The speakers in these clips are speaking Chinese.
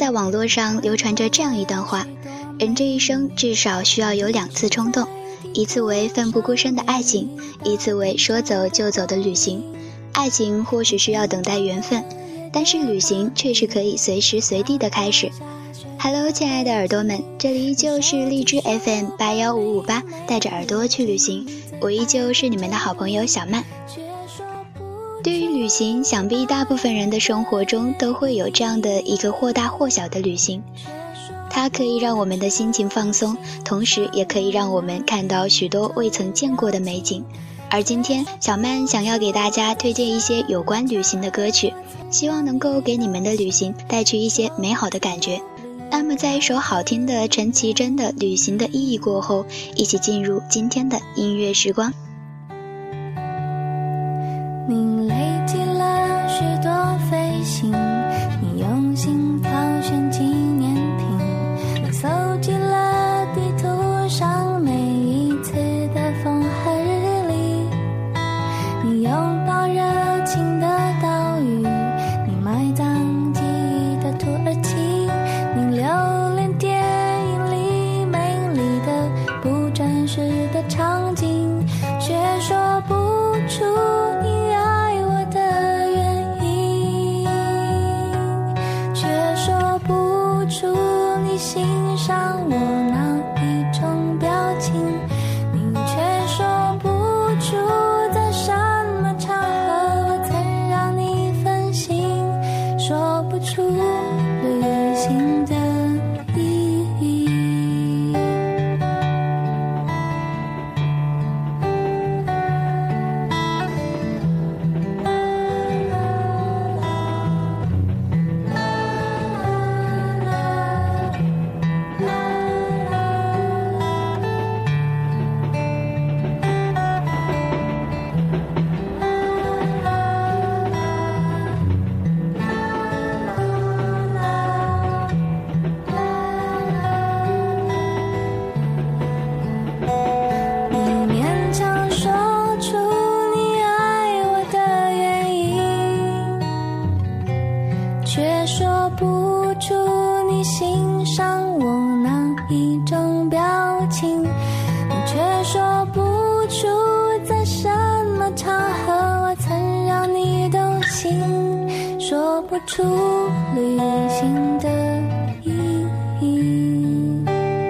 在网络上流传着这样一段话：人这一生至少需要有2次冲动，一次为奋不顾身的爱情，一次为说走就走的旅行。爱情或许需要等待缘分，但是旅行却是可以随时随地的开始。Hello， 亲爱的耳朵们，这里依旧是荔枝 FM81558，带着耳朵去旅行，我依旧是你们的好朋友小曼。对于旅行，想必大部分人的生活中都会有这样的一个或大或小的旅行，它可以让我们的心情放松，同时也可以让我们看到许多未曾见过的美景。而今天小曼想要给大家推荐一些有关旅行的歌曲，希望能够给你们的旅行带去一些美好的感觉。那么在一首好听的陈绮贞的《旅行的意义》过后，一起进入今天的音乐时光。 你累积了许多飞行，你用心挑选纪念品，你搜集了地图上每一次的风和日丽，你拥抱热情的岛屿，你埋葬记忆的土耳其，你留恋电影里美丽的不真实的场景，却说不出你爱我的原因，却说不出你欣赏我哪一种表情，你却说不出在什么场合我曾让你分心，说不出旅行的意义。却说不出你欣赏我哪一种表情，你却说不出在什么场合我曾让你动心，说不出旅行的意义，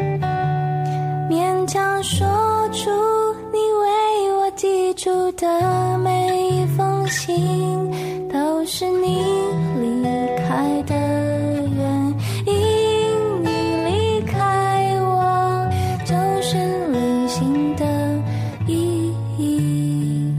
勉强说出你为我寄出的每一封信，都是你离开的原因，你离开我就是旅行的意义。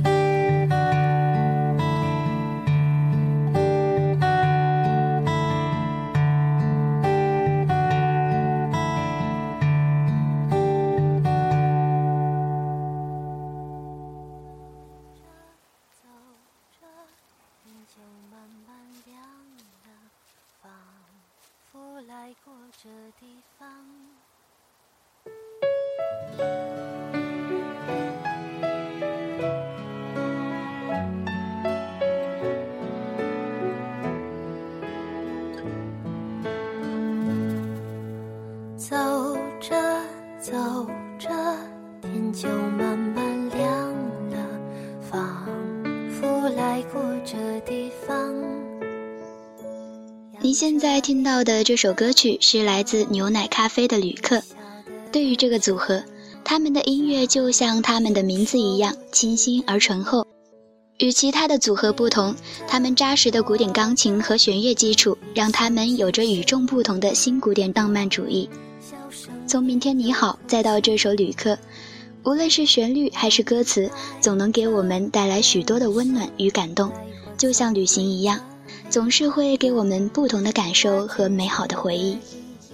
走着天就慢慢亮了，仿佛来过这地方。走着走着天就慢慢亮了，仿佛来过这地方。 您现在听到的这首歌曲是来自牛奶咖啡的旅客。对于这个组合，他们的音乐就像他们的名字一样清新而醇厚。与其他的组合不同，他们扎实的古典钢琴和弦乐基础让他们有着与众不同的新古典浪漫主义。从明天你好再到这首旅客，无论是旋律还是歌词，总能给我们带来许多的温暖与感动，就像旅行一样，总是会给我们不同的感受和美好的回忆。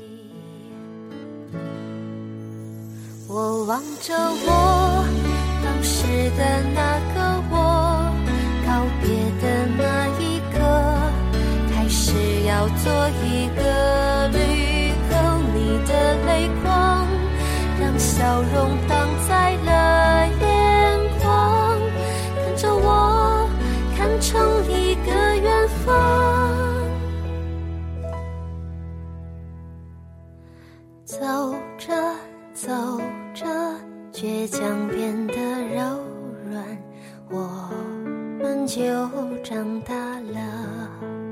我望着我当时的那个我，告别的那一刻，开始要做一个旅客，你的泪光让笑容挡在了眼眶，看着我看成一个远方。 走着走着，倔强变得柔软，我们就长大了。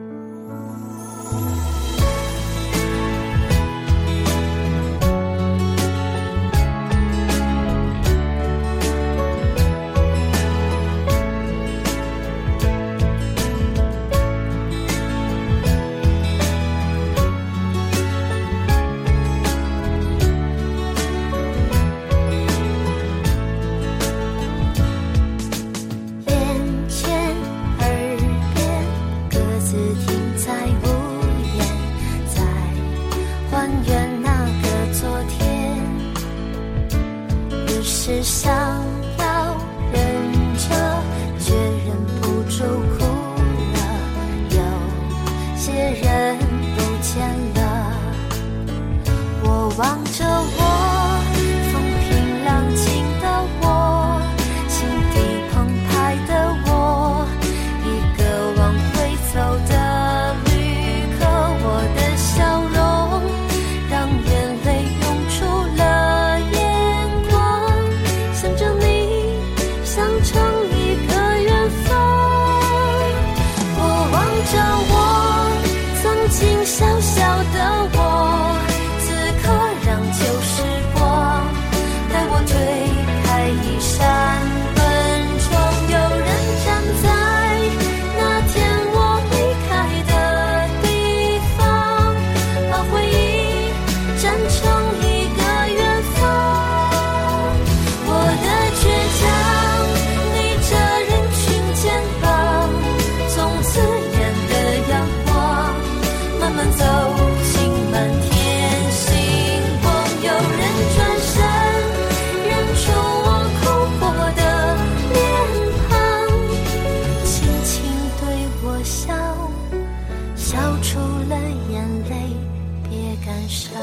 是想要忍着，却忍不住哭了。有些人不见了，我望着我风平浪静的我，心底澎湃的我，一个往回走的旅客，我的笑容让眼泪涌出了眼眶，想着你，想成一个远方。我望着我曾经小小的我，此刻让旧时光带我推开一扇门窗。有人站在那天我离开的地方，把回忆站成一个远方。我的倔强逆着人群肩膀，从刺眼的阳光慢慢走进满天星光。有人转身认出我哭过的脸庞，轻轻对我笑，笑出了眼泪，别感伤。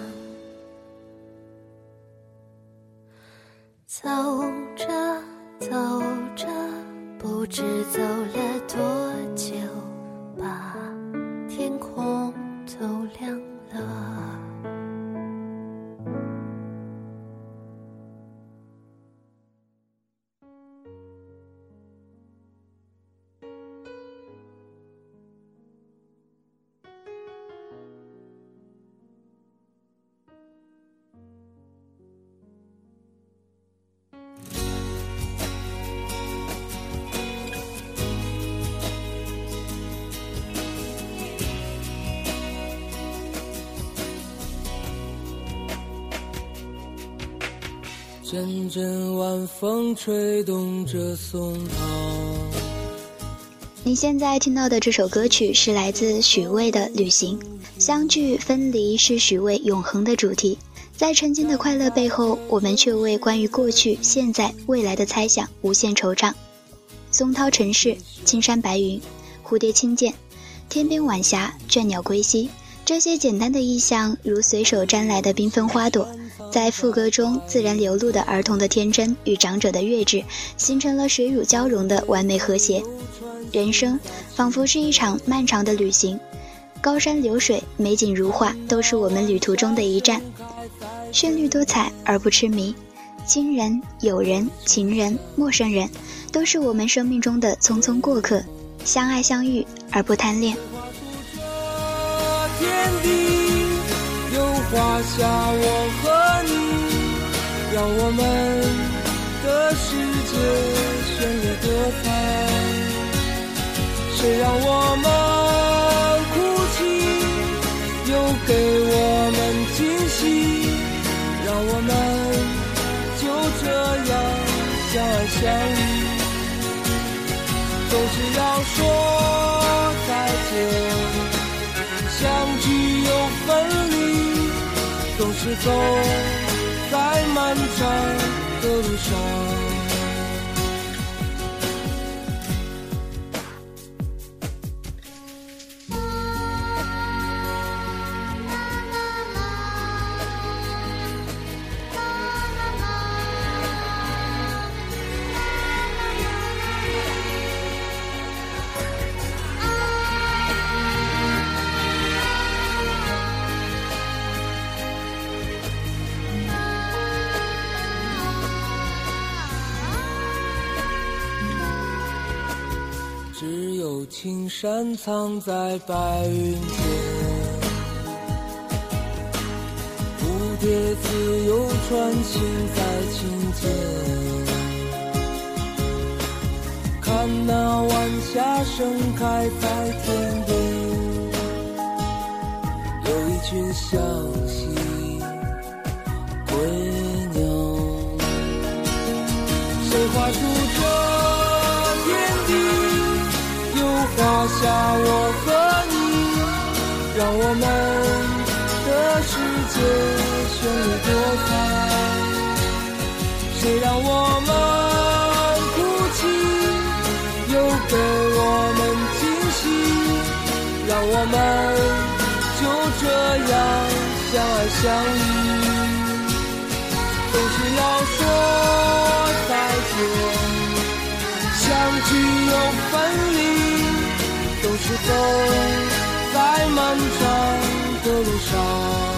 走着走着，不知走了多久，把天空都亮了。 阵阵晚风吹动着松涛。 你现在听到的这首歌曲是来自许巍的《旅行》。相聚分离是许巍永恒的主题，在曾经的快乐背后，我们却为关于过去、现在、未来的猜想无限惆怅。松涛城市，青山白云，蝴蝶轻剑，天边晚霞，倦鸟归西，这些简单的意象如随手拈来的缤纷花朵，在副歌中自然流露的儿童的天真与长者的睿智，形成了水乳交融的完美和谐。人生仿佛是一场漫长的旅行，高山流水，美景如画，都是我们旅途中的一站。绚丽多彩而不痴迷，亲人、友人、情人、陌生人，都是我们生命中的匆匆过客，相爱相遇而不贪恋。 天地又画下我和你，让我们的世界绚丽多彩。谁让我们哭泣，又给我们惊喜，让我们就这样相爱相依。总是要说再见，相聚又分离，总是走在漫长的路上。 青山藏在白云间，蝴蝶自由穿行在青间，看那晚霞盛开在天边，有一群向西归鸟，谁画出这天地，又画下我和你，让我们的世界绚丽多彩。谁让我们哭泣，又给我们惊喜，让我们就这样相爱相依。总是要说再见，相聚又分离，总是走在漫长的路上。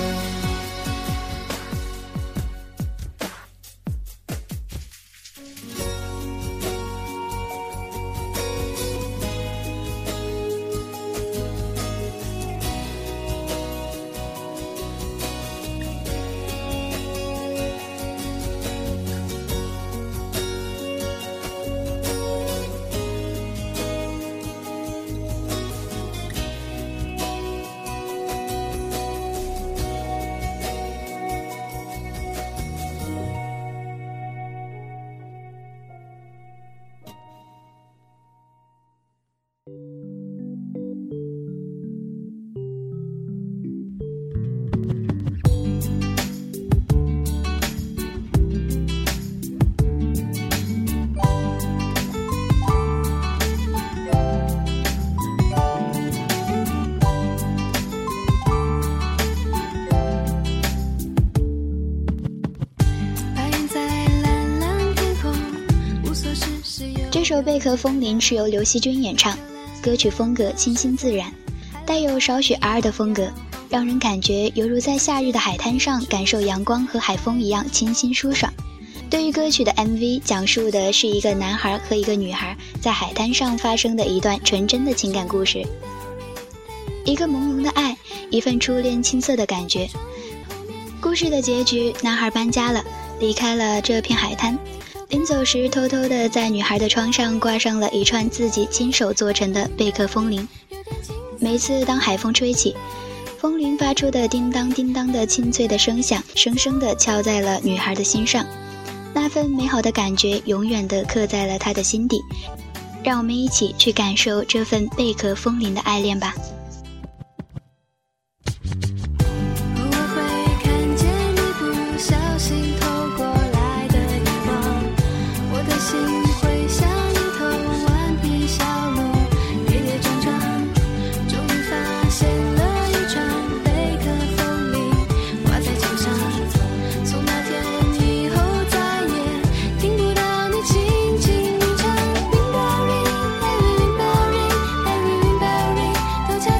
这首《贝壳风铃》是由刘惜君演唱，歌曲风格清新自然，带有少许 R 的风格，让人感觉犹如在夏日的海滩上感受阳光和海风一样清新舒爽。对于歌曲的 MV， 讲述的是一个男孩和一个女孩在海滩上发生的一段纯真的情感故事，一个朦胧的爱，一份初恋青涩的感觉。故事的结局，男孩搬家了，离开了这片海滩，临走时偷偷地在女孩的窗上挂上了一串自己亲手做成的贝壳风铃。每次当海风吹起，风铃发出的叮当叮当的清脆的声响，深深地敲在了女孩的心上，那份美好的感觉永远地刻在了她的心底。让我们一起去感受这份贝壳风铃的爱恋吧。 都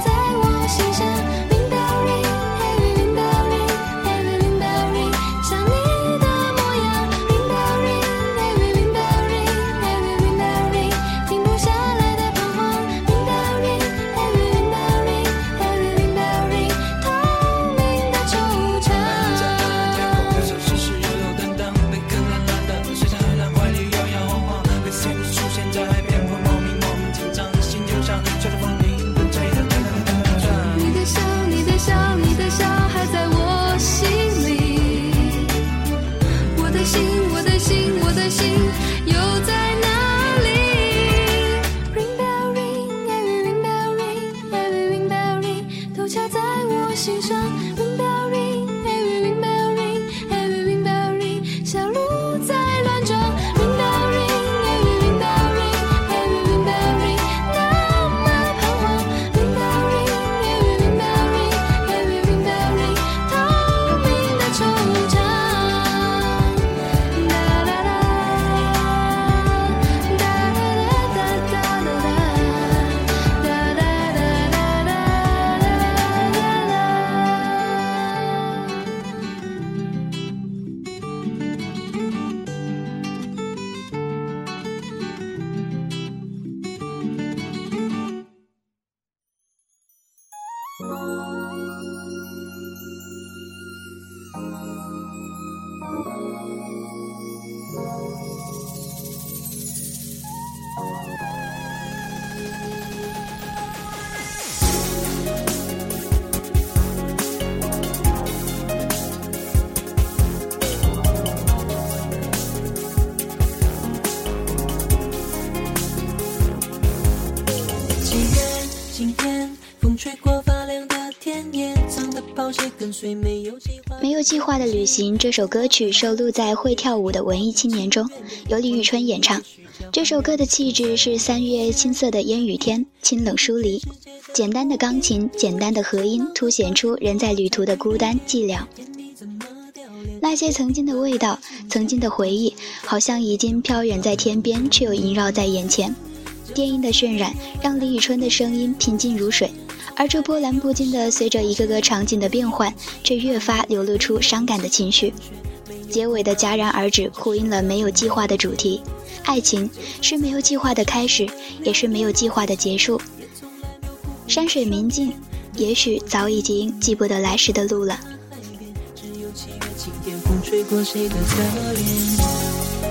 没有计划的旅行这首歌曲收录在会跳舞的文艺青年中，由李宇春演唱。这首歌的气质是3月青涩的烟雨天，清冷疏离，简单的钢琴，简单的和音，凸显出人在旅途的孤单寂寥。那些曾经的味道，曾经的回忆，好像已经飘远在天边，却又萦绕在眼前。电音的渲染让李宇春的声音平静如水，而这波澜不惊的随着一个个场景的变换，却越发流露出伤感的情绪。结尾的戛然而止呼应了没有计划的主题，爱情是没有计划的开始，也是没有计划的结束。山水明镜，也许早已经记不得来时的路了。 只有7月晴天，风吹过谁的侧脸。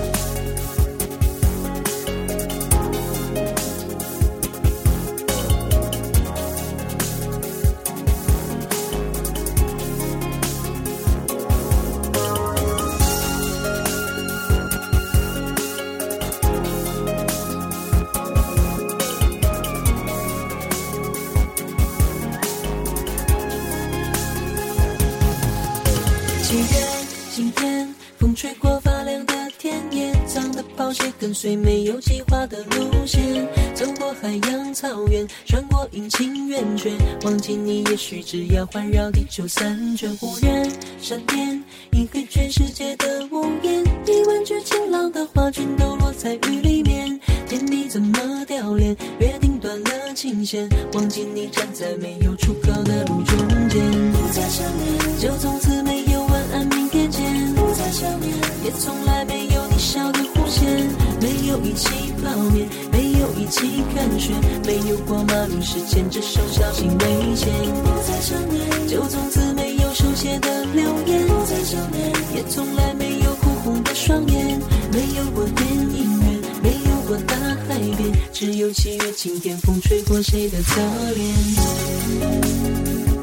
今天风吹过发亮的田野，长的螃蟹跟随没有计划的路线，走过海洋草原，穿过阴晴圆缺，忘记你也许只要环绕地球3圈。忽然闪电一黑全世界的无言，1万句晴朗的话全都落在雨里面，天地怎么掉链，约定断了琴弦，忘记你站在没有出口的路中间。不再想念，就从此没有晚安明天见，不再想念，也从来没有你笑的弧线，没有一起泡面，没有一起看雪，没有过马路时牵着手小心危险。不再想念，就从此没有手写的留言，不再想念，也从来没有哭红的双眼，没有过电影院，没有过大海边，只有7月晴天，风吹过谁的侧脸。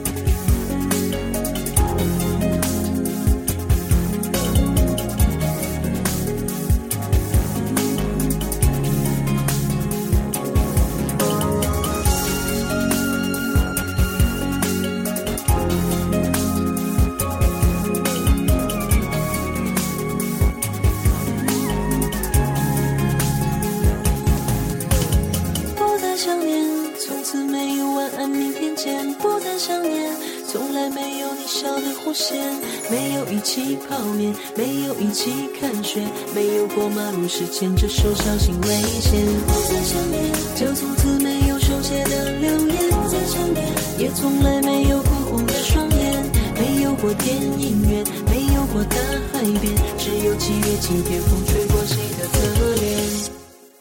从来没有你笑的弧线，没有一起泡面，没有一起看雪，没有过马路时牵着手小心危险。不再想念，就从此没有手写的留言。不再想念，也从来没有哭红的双眼，没有过电影院，没有过大海边，只有7月晴天，风吹过谁的侧脸。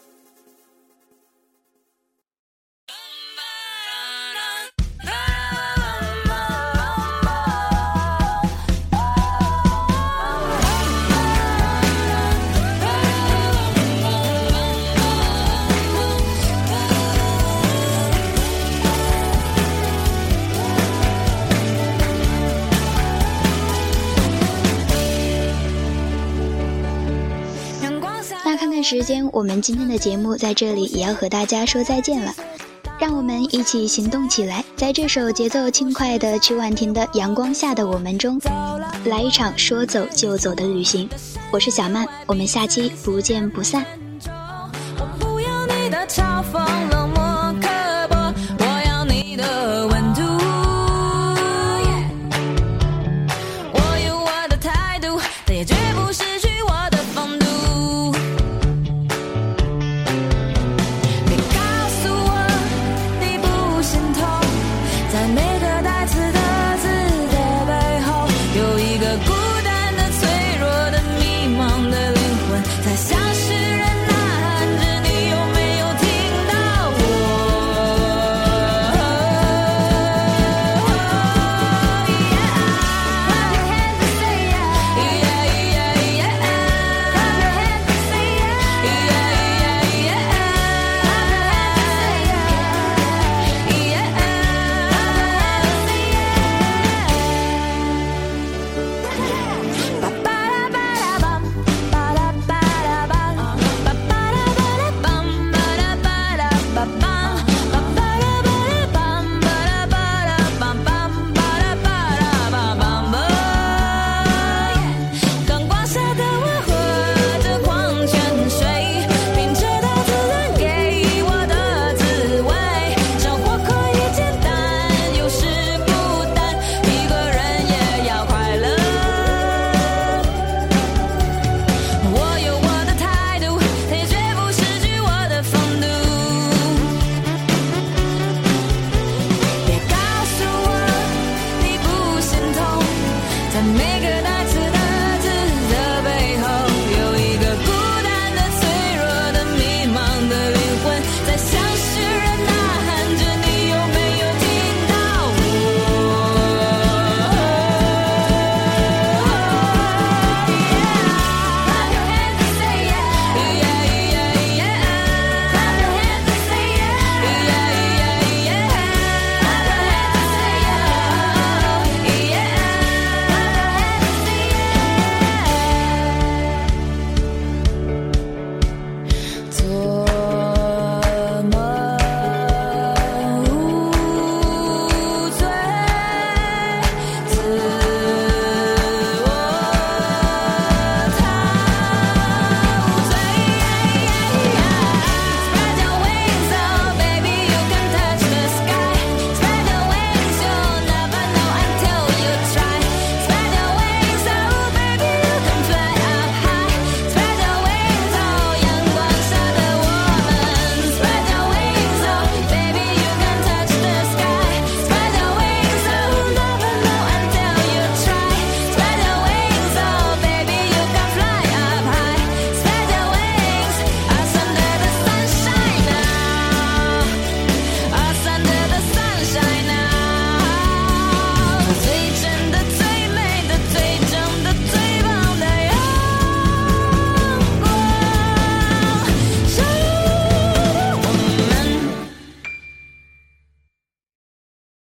那看看时间，我们今天的节目在这里也要和大家说再见了。让我们一起行动起来，在这首节奏轻快的曲婉婷的《阳光下的我们》中，来一场说走就走的旅行。我是小曼，我们下期不见不散。 我不要你的嘲讽了